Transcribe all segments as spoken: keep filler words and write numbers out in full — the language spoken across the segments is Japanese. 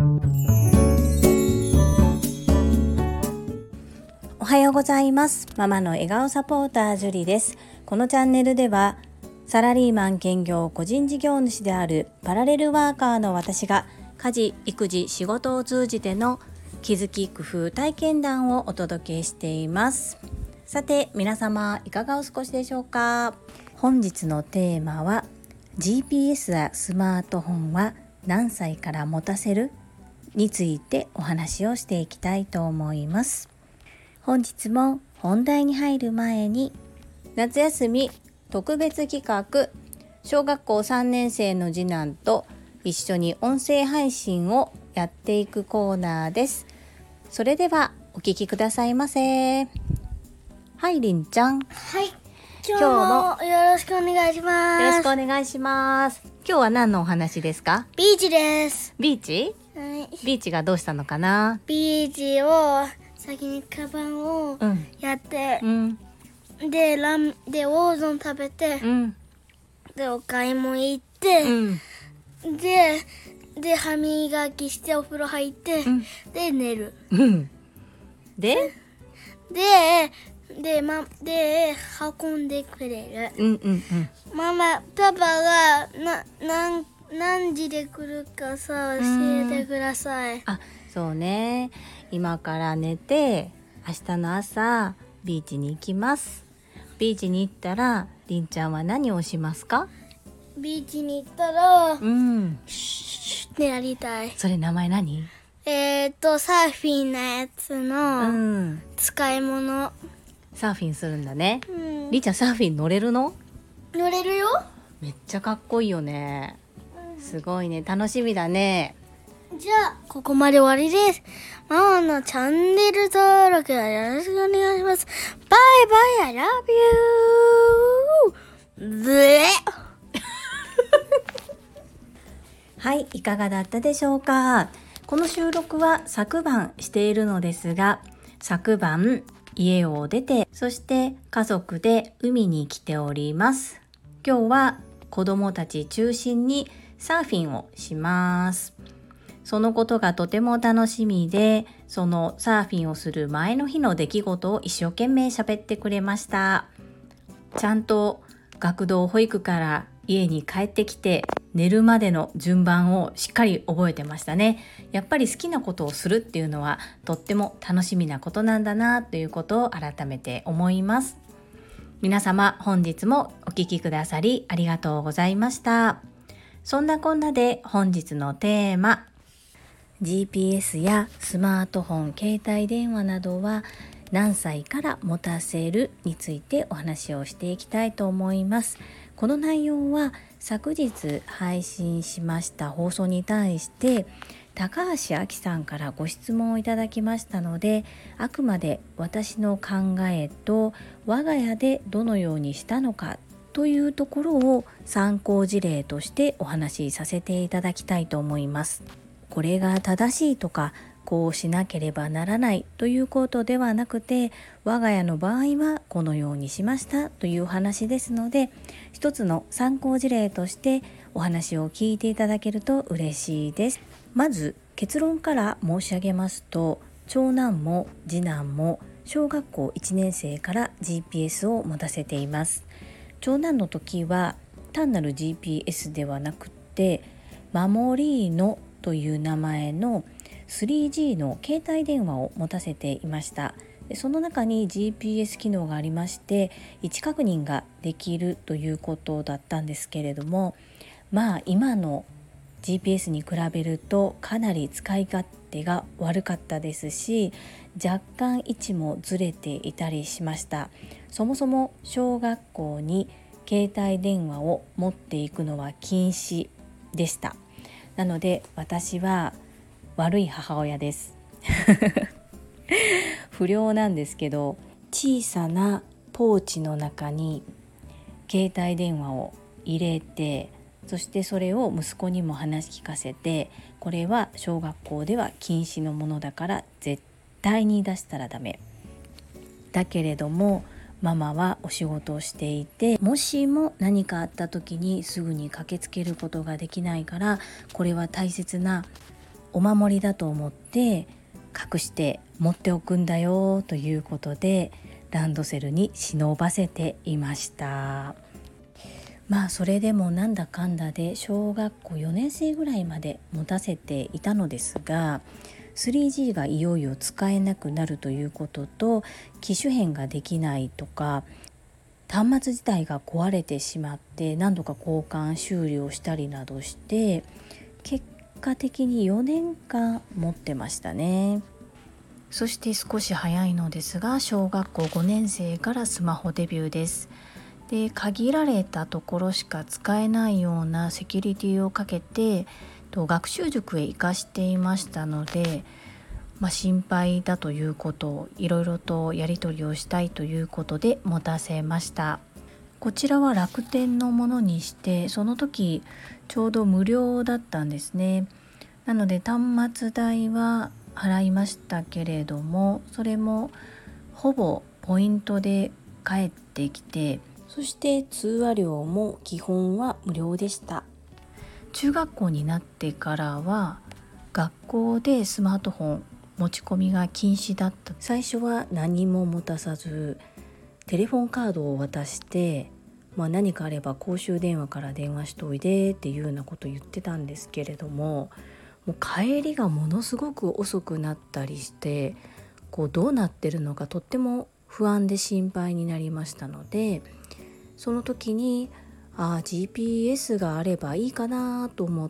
おはようございます。ママの笑顔サポータージュリです。このチャンネルではサラリーマン兼業個人事業主であるパラレルワーカーの私が家事、育児、仕事を通じての気づき、工夫、体験談をお届けしています。さて皆様いかがお過ごしでしょうか。本日のテーマは ジーピーエス やスマートフォンは何歳から持たせるについてお話をしていきたいと思います。本日も本題に入る前に夏休み特別企画、小学校さんねん生の次男と一緒に音声配信をやっていくコーナーです。それではお聞きくださいませ。はい、りんちゃん。 はい、今日もよろしくお願いします。 よろしくお願いします。今日は何のお話ですか？ ビーチです。 ビーチ？ はい、 ビーチがどうしたのかな？ ビーチを先にカバンをうんやって、 うん、 でランでオーゾン食べて、 うん、 でお買い物行っうて、 ん、 でで歯磨きしてお風呂入って、 うん、 で寝る。 うん。で、 ででまで運んでくれる。 うんうんうん。 ママパパがななん何時で来るかさ教えてください。 あ、そうね。今から寝て明日の朝ビーチに行きます。ビーチに行ったらりんちゃんは何をしますか？ ビーチに行ったら、 うん。 シュッってやりたい。 それ名前何？ えーとサーフィンのやつうのん。 使い物。 サーフィンするんだね。 うん、 りんちゃんサーフィン乗れるの？ 乗れるよ。 めっちゃかっこいいよね。すごいね。楽しみだね。 じゃあここまで終わりです。ママのチャンネル登録はよろしくお願いします。バイバイ I love you ブエはい、いかがだったでしょうか。この収録は昨晩しているのですが、昨晩家を出て、そして家族で海に来ております。今日は子供たち中心にサーフィンをします。そのことがとても楽しみで、そのサーフィンをする前の日の出来事を一生懸命喋ってくれました。ちゃんと学童保育から家に帰ってきて寝るまでの順番をしっかり覚えてましたね。やっぱり好きなことをするっていうのはとっても楽しみなことなんだなということを改めて思います。皆様本日もお聞きくださりありがとうございました。そんなこんなで本日のテーマ、ジーピーエス やスマートフォン、携帯電話などは何歳から持たせるについてお話をしていきたいと思います。この内容は昨日配信しました放送に対して高橋明さんからご質問をいただきましたので、あくまで私の考えと我が家でどのようにしたのかというところを参考事例としてお話しさせていただきたいと思います。これが正しいとかこうしなければならないということではなくて、我が家の場合はこのようにしましたというお話ですので、一つの参考事例としてお話を聞いていただけると嬉しいです。まず結論から申し上げますと、長男も次男も小学校いちねん生から ジーピーエス を持たせています。長男の時は単なる ジーピーエス ではなくてマモリーノという名前の スリージー の携帯電話を持たせていました。でその中に ジーピーエス 機能がありまして、位置確認ができるということだったんですけれども、まあ今の ジーピーエス に比べるとかなり使い勝手が悪かったですし、若干位置もずれていたりしました。そもそも小学校に携帯電話を持っていくのは禁止でした。なので私は悪い母親です不良なんですけど、小さなポーチの中に携帯電話を入れて、そしてそれを息子にも話し聞かせて、これは小学校では禁止のものだから絶対に出したらダメだけれども、ママはお仕事をしていて、もしも何かあった時にすぐに駆けつけることができないから、これは大切なお守りだと思って隠して持っておくんだよということでランドセルに忍ばせていました。まあそれでもなんだかんだで小学校よねん生ぐらいまで持たせていたのですが、 スリージー がいよいよ使えなくなるということと、機種変ができないとか、端末自体が壊れてしまって何度か交換修理をしたりなどして、結果的によねんかん持ってましたね。そして少し早いのですが、小学校ごねん生からスマホデビューです。で、限られたところしか使えないようなセキュリティをかけて学習塾へ行かしていましたので、まあ、心配だということをいろいろとやり取りをしたいということで持たせました。こちらは楽天のものにして、その時ちょうど無料だったんですね。なので端末代は払いましたけれども、それもほぼポイントで返ってきて、そして通話料も基本は無料でした。中学校になってからは学校でスマートフォン持ち込みが禁止だった。最初は何も持たさずテレフォンカードを渡して、まあ、何かあれば公衆電話から電話しといでっていうようなことを言ってたんですけれども、もう帰りがものすごく遅くなったりして、こうどうなってるのかとっても不安で心配になりましたので、その時にあ ジーピーエス があればいいかなと思って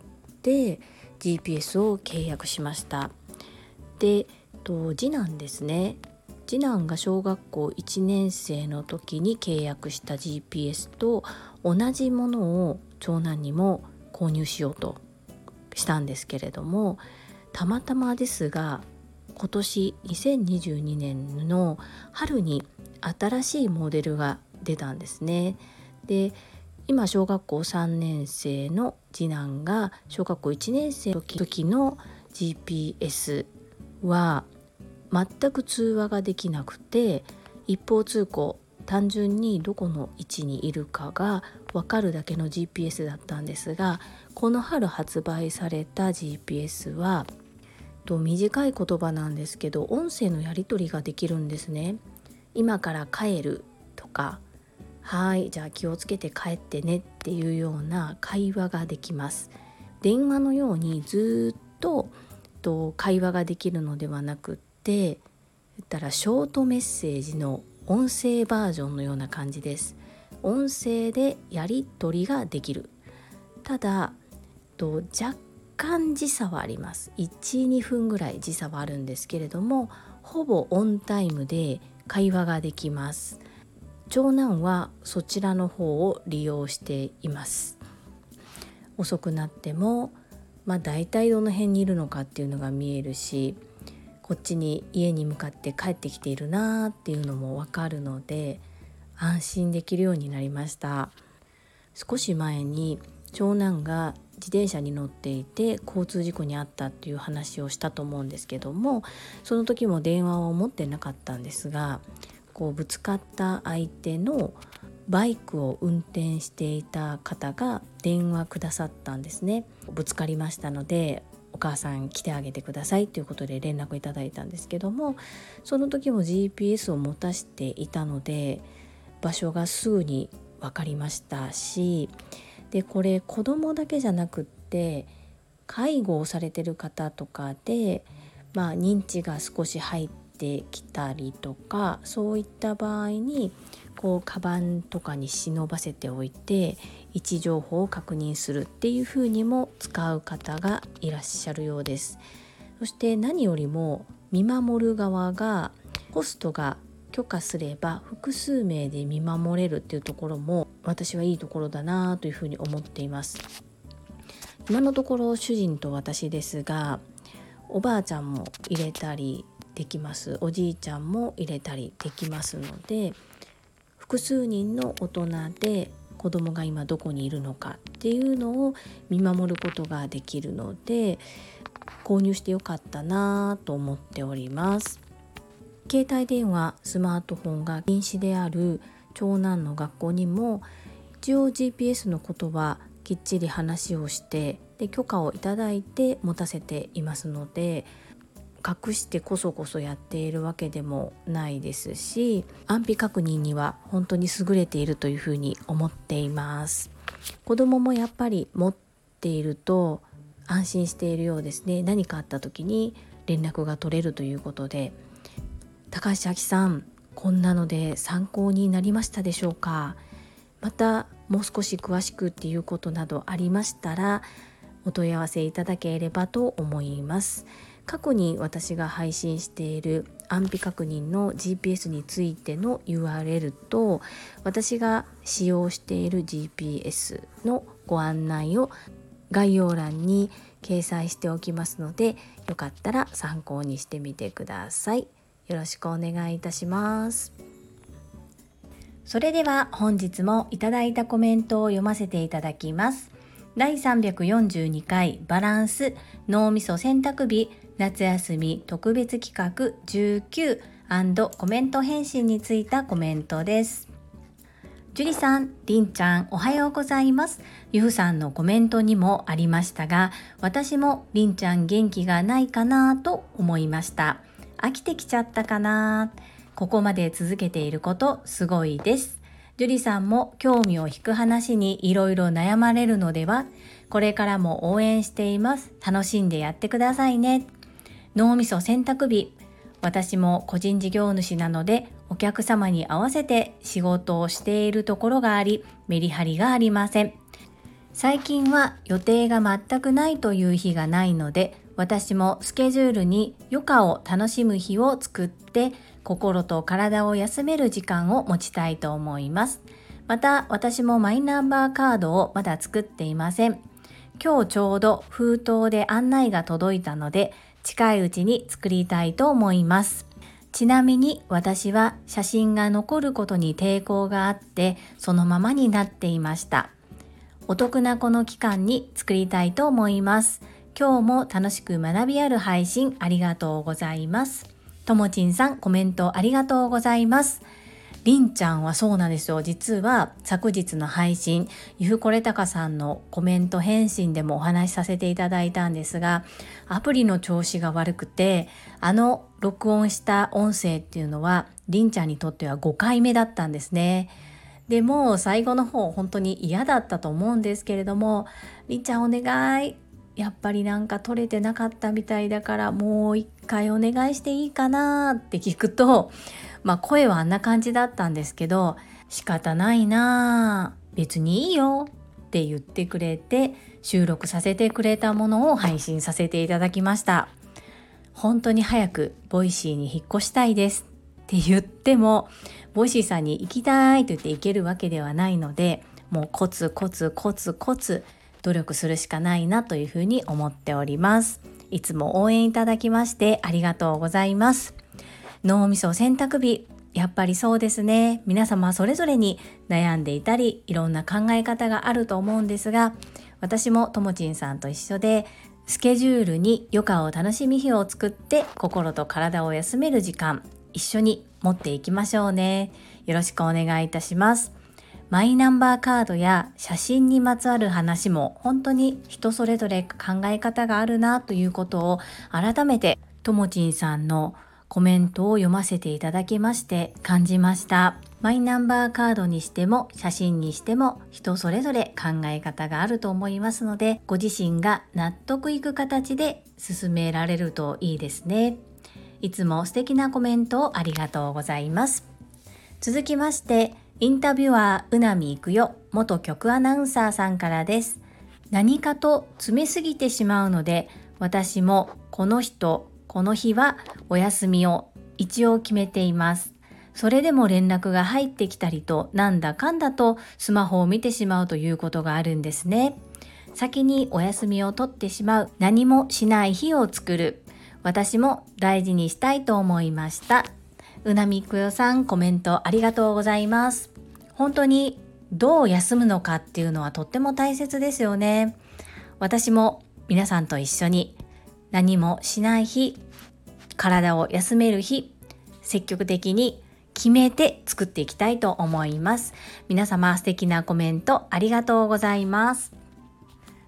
ジーピーエス を契約しました。で、と次男ですね。次男が小学校いちねん生の時に契約した ジーピーエス と同じものを長男にも購入しようとしたんですけれども、たまたまですが今年にせんにじゅうにねんの春に新しいモデルが出たんですね。で、今小学校さんねん生の次男が小学校いちねん生の時の ジーピーエス は全く通話ができなくて、一方通行、単純にどこの位置にいるかが分かるだけの ジーピーエス だったんですが、この春発売された ジーピーエス はと短い言葉なんですけど、音声のやり取りができるんですね。今から帰るとか、はいじゃあ気をつけて帰ってねっていうような会話ができます。電話のようにずっとと会話ができるのではなくって、言ったらショートメッセージの音声バージョンのような感じです。音声でやり取りができる。ただと若干時差はあります。いち、にふんぐらい時差はあるんですけれども、ほぼオンタイムで会話ができます。長男はそちらの方を利用しています。遅くなっても、まあ、大体どの辺にいるのかっていうのが見えるし、こっちに家に向かって帰ってきているなっていうのもわかるので、安心できるようになりました。少し前に長男が自転車に乗っていて交通事故に遭ったっていう話をしたと思うんですけども、その時も電話を持ってなかったんですが、こうぶつかった相手のバイクを運転していた方が電話くださったんですね。ぶつかりましたのでお母さん来てあげてくださいということで連絡いただいたんですけども、その時も ジーピーエス を持たしていたので場所がすぐに分かりましたし、でこれ子供だけじゃなくって介護をされてる方とかで、まあ、認知が少し入ってきたりとか、そういった場合にこうカバンとかに忍ばせておいて位置情報を確認するっていう風にも使う方がいらっしゃるようです。そして何よりも見守る側がホストが許可すれば複数名で見守れるっていうところも私はいいところだなというふうに思っています。今のところ主人と私ですが、おばあちゃんも入れたりできます。おじいちゃんも入れたりできますので、複数人の大人で子供が今どこにいるのかっていうのを見守ることができるので、購入してよかったなと思っております。携帯電話、スマートフォンが禁止である長男の学校にも一応 ジーピーエス のことはきっちり話をしてで許可をいただいて持たせていますので、隠してこそこそやっているわけでもないですし、安否確認には本当に優れているというふうに思っています。子供もやっぱり持っていると安心しているようですね。何かあった時に連絡が取れるということで。高橋明さん、こんなので参考になりましたでしょうか。またもう少し詳しくっていうことなどありましたらお問い合わせいただければと思います。過去に私が配信している安否確認の ジーピーエス についての ユーアールエル と私が使用している ジーピーエス のご案内を概要欄に掲載しておきますので、よかったら参考にしてみてください。よろしくお願いいたします。それでは本日もいただいたコメントを読ませていただきます。だいさんびゃくよんじゅうにかいバランス脳みそ選択日夏休み特別企画じゅうきゅう&コメント返信についたコメントです。ジュリさん、りんちゃん、おはようございます。ゆふさんのコメントにもありましたが、私もりんちゃん元気がないかなと思いました。飽きてきちゃったかな。ここまで続けていることすごいです。ジュリさんも興味を引く話にいろいろ悩まれるのでは。これからも応援しています。楽しんでやってくださいね。脳みそ選択日。私も個人事業主なのでお客様に合わせて仕事をしているところがあり、メリハリがありません。最近は予定が全くないという日がないので、私もスケジュールに余暇を楽しむ日を作って心と体を休める時間を持ちたいと思います。また私もマイナンバーカードをまだ作っていません。今日ちょうど封筒で案内が届いたので近いうちに作りたいと思います。ちなみに私は写真が残ることに抵抗があってそのままになっていました。お得なこの期間に作りたいと思います。今日も楽しく学びある配信ありがとうございます。ともちんさん、コメントありがとうございます。りんちゃんはそうなんですよ。実は昨日の配信、ゆふこれたかさんのコメント返信でもお話しさせていただいたんですが、アプリの調子が悪くて、あの録音した音声っていうのはりんちゃんにとってはごかいめだったんですね。でも最後の方本当に嫌だったと思うんですけれども、りんちゃんお願い、やっぱりなんか取れてなかったみたいだからもう一回お願いしていいかなって聞くと、まあ声はあんな感じだったんですけど、仕方ないな、別にいいよって言ってくれて収録させてくれたものを配信させていただきました。本当に早くボイシーに引っ越したいですって言っても、ボイシーさんに行きたいと言って行けるわけではないので、もうコツコツコツコツ努力するしかないなというふうに思っております。いつも応援いただきましてありがとうございます。脳みそ選択日、やっぱりそうですね。皆様それぞれに悩んでいたり、いろんな考え方があると思うんですが、私もともちんさんと一緒でスケジュールに余暇を楽しみ日を作って心と体を休める時間、一緒に持っていきましょうね。よろしくお願いいたします。マイナンバーカードや写真にまつわる話も本当に人それぞれ考え方があるなということを改めてともちんさんのコメントを読ませていただきまして感じました。マイナンバーカードにしても写真にしても人それぞれ考え方があると思いますので、ご自身が納得いく形で進められるといいですね。いつも素敵なコメントをありがとうございます。続きましてインタビュアーうなみいくよ元局アナウンサーさんからです。何かと詰めすぎてしまうので、私もこの人この日はお休みを一応決めています。それでも連絡が入ってきたりと、なんだかんだとスマホを見てしまうということがあるんですね。先にお休みを取ってしまう、何もしない日を作る、私も大事にしたいと思いました。うなみくよさん、コメントありがとうございます。本当にどう休むのかっていうのはとっても大切ですよね。私も皆さんと一緒に何もしない日、体を休める日、積極的に決めて作っていきたいと思います。皆様素敵なコメントありがとうございます。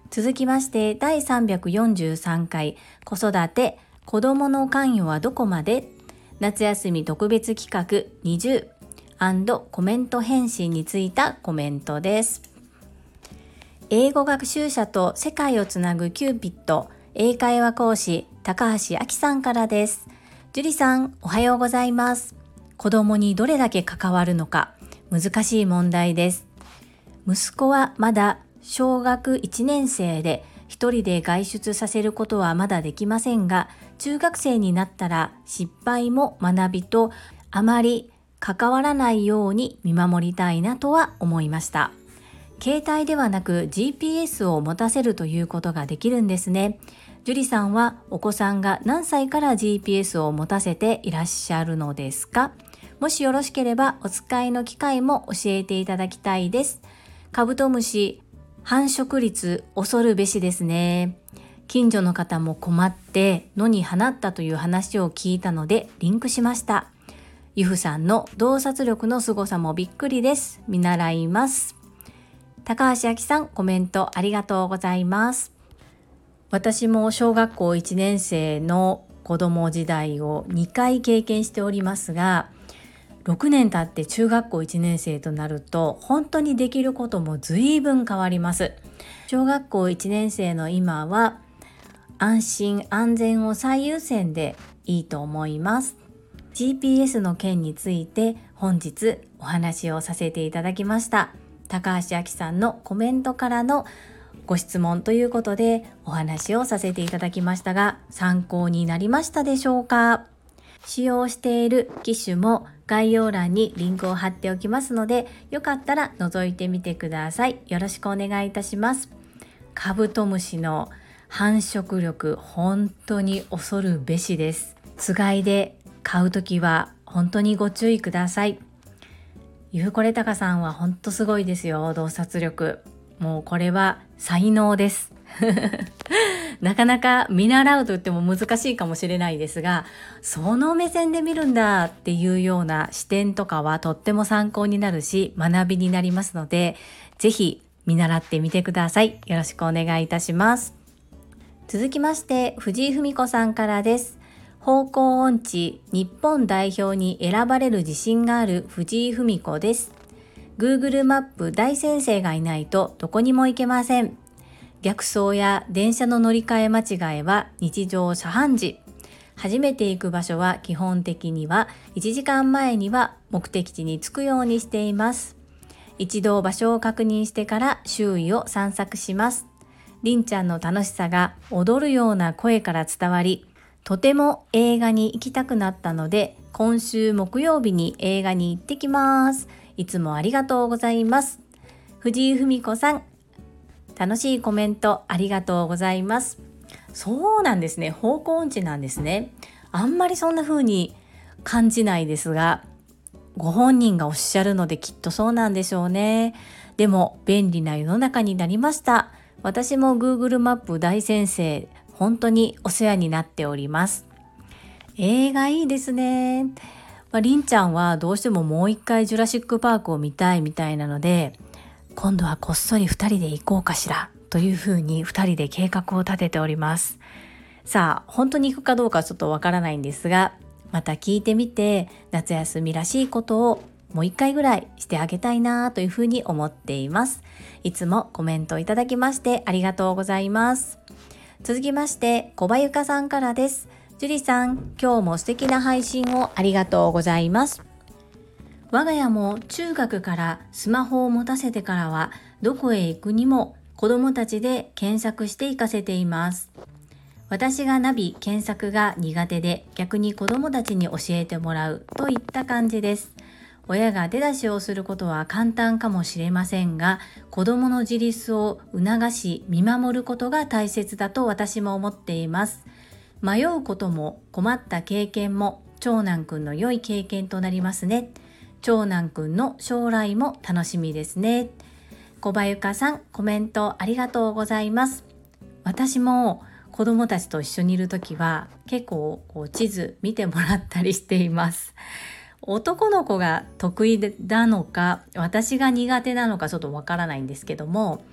続きましてだいさんびゃくよんじゅうさんかい子育て子どもの関与はどこまで夏休み特別企画にじゅうコメント返信についたコメントです。英語学習者と世界をつなぐキューピッド英会話講師高橋明さんからです。樹里さん、おはようございます。子供にどれだけ関わるのか難しい問題です。息子はまだ小学いちねん生で一人で外出させることはまだできませんが、中学生になったら失敗も学びとあまり関わらないように見守りたいなとは思いました。携帯ではなく ジーピーエス を持たせるということができるんですね。樹里さんはお子さんが何歳から ジーピーエス を持たせていらっしゃるのですか？もしよろしければお使いの機会も教えていただきたいです。カブトムシ繁殖率恐るべしですね。近所の方も困って野に放ったという話を聞いたのでリンクしました。ゆふさんの洞察力の凄さもびっくりです。見習います。高橋明さん、コメントありがとうございます。私も小学校いちねん生の子供時代をにかい経験しておりますが、ろくねん経って中学校いちねん生となると本当にできることも随分変わります。小学校いちねん生の今は安心安全を最優先でいいと思います。ジーピーエス の件について本日お話をさせていただきました。高橋明さんのコメントからのご質問ということでお話をさせていただきましたが、参考になりましたでしょうか？使用している機種も概要欄にリンクを貼っておきますので、よかったら覗いてみてください。よろしくお願いいたします。カブトムシの繁殖力、本当に恐るべしです。つがいで飼うときは本当にご注意ください。ゆうこれたかさんは本当すごいですよ。洞察力。もうこれは才能です。なかなか見習うと言っても難しいかもしれないですが、その目線で見るんだっていうような視点とかはとっても参考になるし学びになりますので、ぜひ見習ってみてください。よろしくお願いいたします。続きまして藤井文子さんからです。方向音痴日本代表に選ばれる自信がある藤井文子です。Google マップ大先生がいないとどこにも行けません。逆走や電車の乗り換え間違いは日常茶飯事。初めて行く場所は基本的にはいちじかんまえには目的地に着くようにしています。一度場所を確認してから周囲を散策します。りんちゃんの楽しさが踊るような声から伝わり、とても映画に行きたくなったので、今週木曜日に映画に行ってきます。いつもありがとうございます。藤井文子さん、楽しいコメントありがとうございます。そうなんですね。方向音痴なんですね。あんまりそんな風に感じないですが、ご本人がおっしゃるのできっとそうなんでしょうね。でも便利な世の中になりました。私も Google マップ大先生、本当にお世話になっております。映画いいですね。まあ、りんちゃんはどうしてももう一回ジュラシックパークを見たいみたいなので、今度はこっそり二人で行こうかしらというふうに二人で計画を立てております。さあ、本当に行くかどうかちょっとわからないんですが、また聞いてみて夏休みらしいことをもう一回ぐらいしてあげたいなというふうに思っています。いつもコメントいただきましてありがとうございます。続きまして小葉ゆかさんからです。樹里さん、今日も素敵な配信をありがとうございます。我が家も中学からスマホを持たせてからはどこへ行くにも子供たちで検索して行かせています。私がナビ検索が苦手で逆に子供たちに教えてもらうといった感じです。親が手出しをすることは簡単かもしれませんが、子どもの自立を促し見守ることが大切だと私も思っています。迷うことも困った経験も長男くんの良い経験となりますね。長男くんの将来も楽しみですね。小葉ゆかさん、コメントありがとうございます。私も子どもたちと一緒にいるときは結構こう地図見てもらったりしています。男の子が得意なのか私が苦手なのかちょっとわからないんですけども、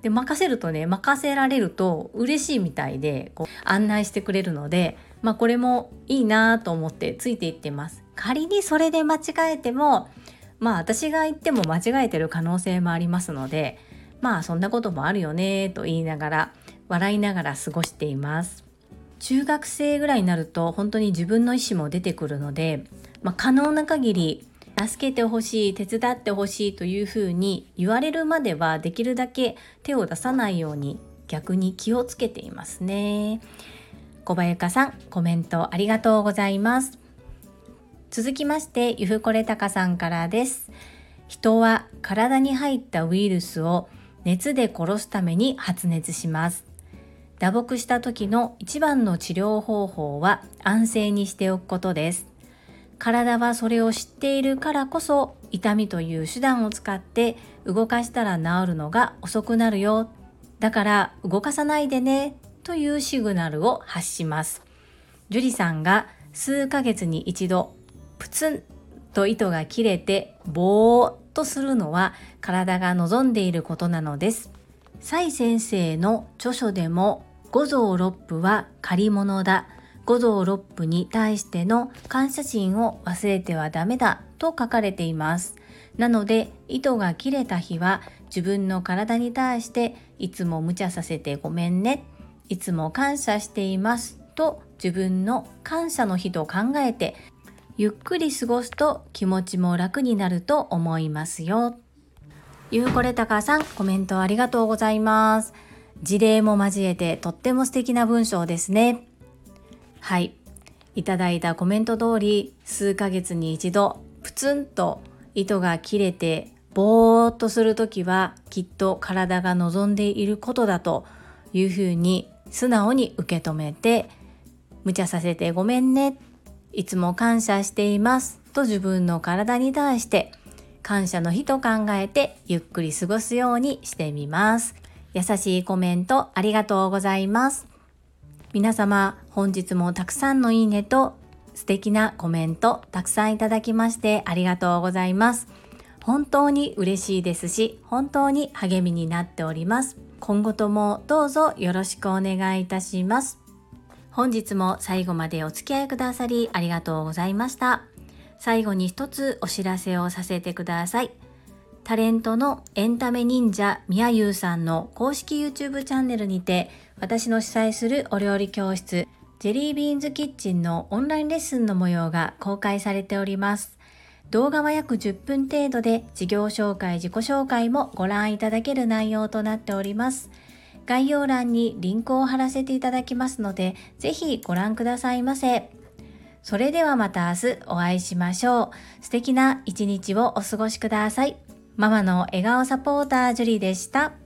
で任せるとね任せられると嬉しいみたいでこう案内してくれるので、まあ、これもいいなと思ってついていってます。仮にそれで間違えてもまあ私が言っても間違えてる可能性もありますので、まあそんなこともあるよねと言いながら笑いながら過ごしています。中学生ぐらいになると本当に自分の意思も出てくるので、まあ、可能な限り助けてほしい、手伝ってほしいというふうに言われるまではできるだけ手を出さないように逆に気をつけていますね。小早川さん、コメントありがとうございます。続きましてゆふこれたかさんからです。人は体に入ったウイルスを熱で殺すために発熱します。打撲した時の一番の治療方法は安静にしておくことです。体はそれを知っているからこそ痛みという手段を使って動かしたら治るのが遅くなるよ。だから動かさないでねというシグナルを発します。樹里さんが数ヶ月に一度プツンと糸が切れてボーっとするのは体が望んでいることなのです。蔡先生の著書でも五臓六腑は借り物だ、五臓六腑に対しての感謝心を忘れてはダメだと書かれています。なので糸が切れた日は自分の体に対していつも無茶させてごめんね、いつも感謝していますと自分の感謝の日と考えてゆっくり過ごすと気持ちも楽になると思いますよ。ゆうこれたかさん、コメントありがとうございます。事例も交えてとっても素敵な文章ですね。はい、いただいたコメント通り数ヶ月に一度プツンと糸が切れてボーっとするときはきっと体が望んでいることだというふうに素直に受け止めて、無茶させてごめんね、いつも感謝していますと自分の体に対して感謝の日と考えてゆっくり過ごすようにしてみます。優しいコメントありがとうございます。皆様本日もたくさんのいいねと素敵なコメントたくさんいただきましてありがとうございます。本当に嬉しいですし本当に励みになっております。今後ともどうぞよろしくお願いいたします。本日も最後までお付き合いくださりありがとうございました。最後に一つお知らせをさせてください。タレントのエンタメ忍者みやゆうさんの公式 YouTube チャンネルにて私の主催するお料理教室ジェリービーンズキッチンのオンラインレッスンの模様が公開されております。動画は約じゅっぷん程度で事業紹介自己紹介もご覧いただける内容となっております。概要欄にリンクを貼らせていただきますのでぜひご覧くださいませ。それではまた明日お会いしましょう。素敵な一日をお過ごしください。ママの笑顔サポータージュリでした。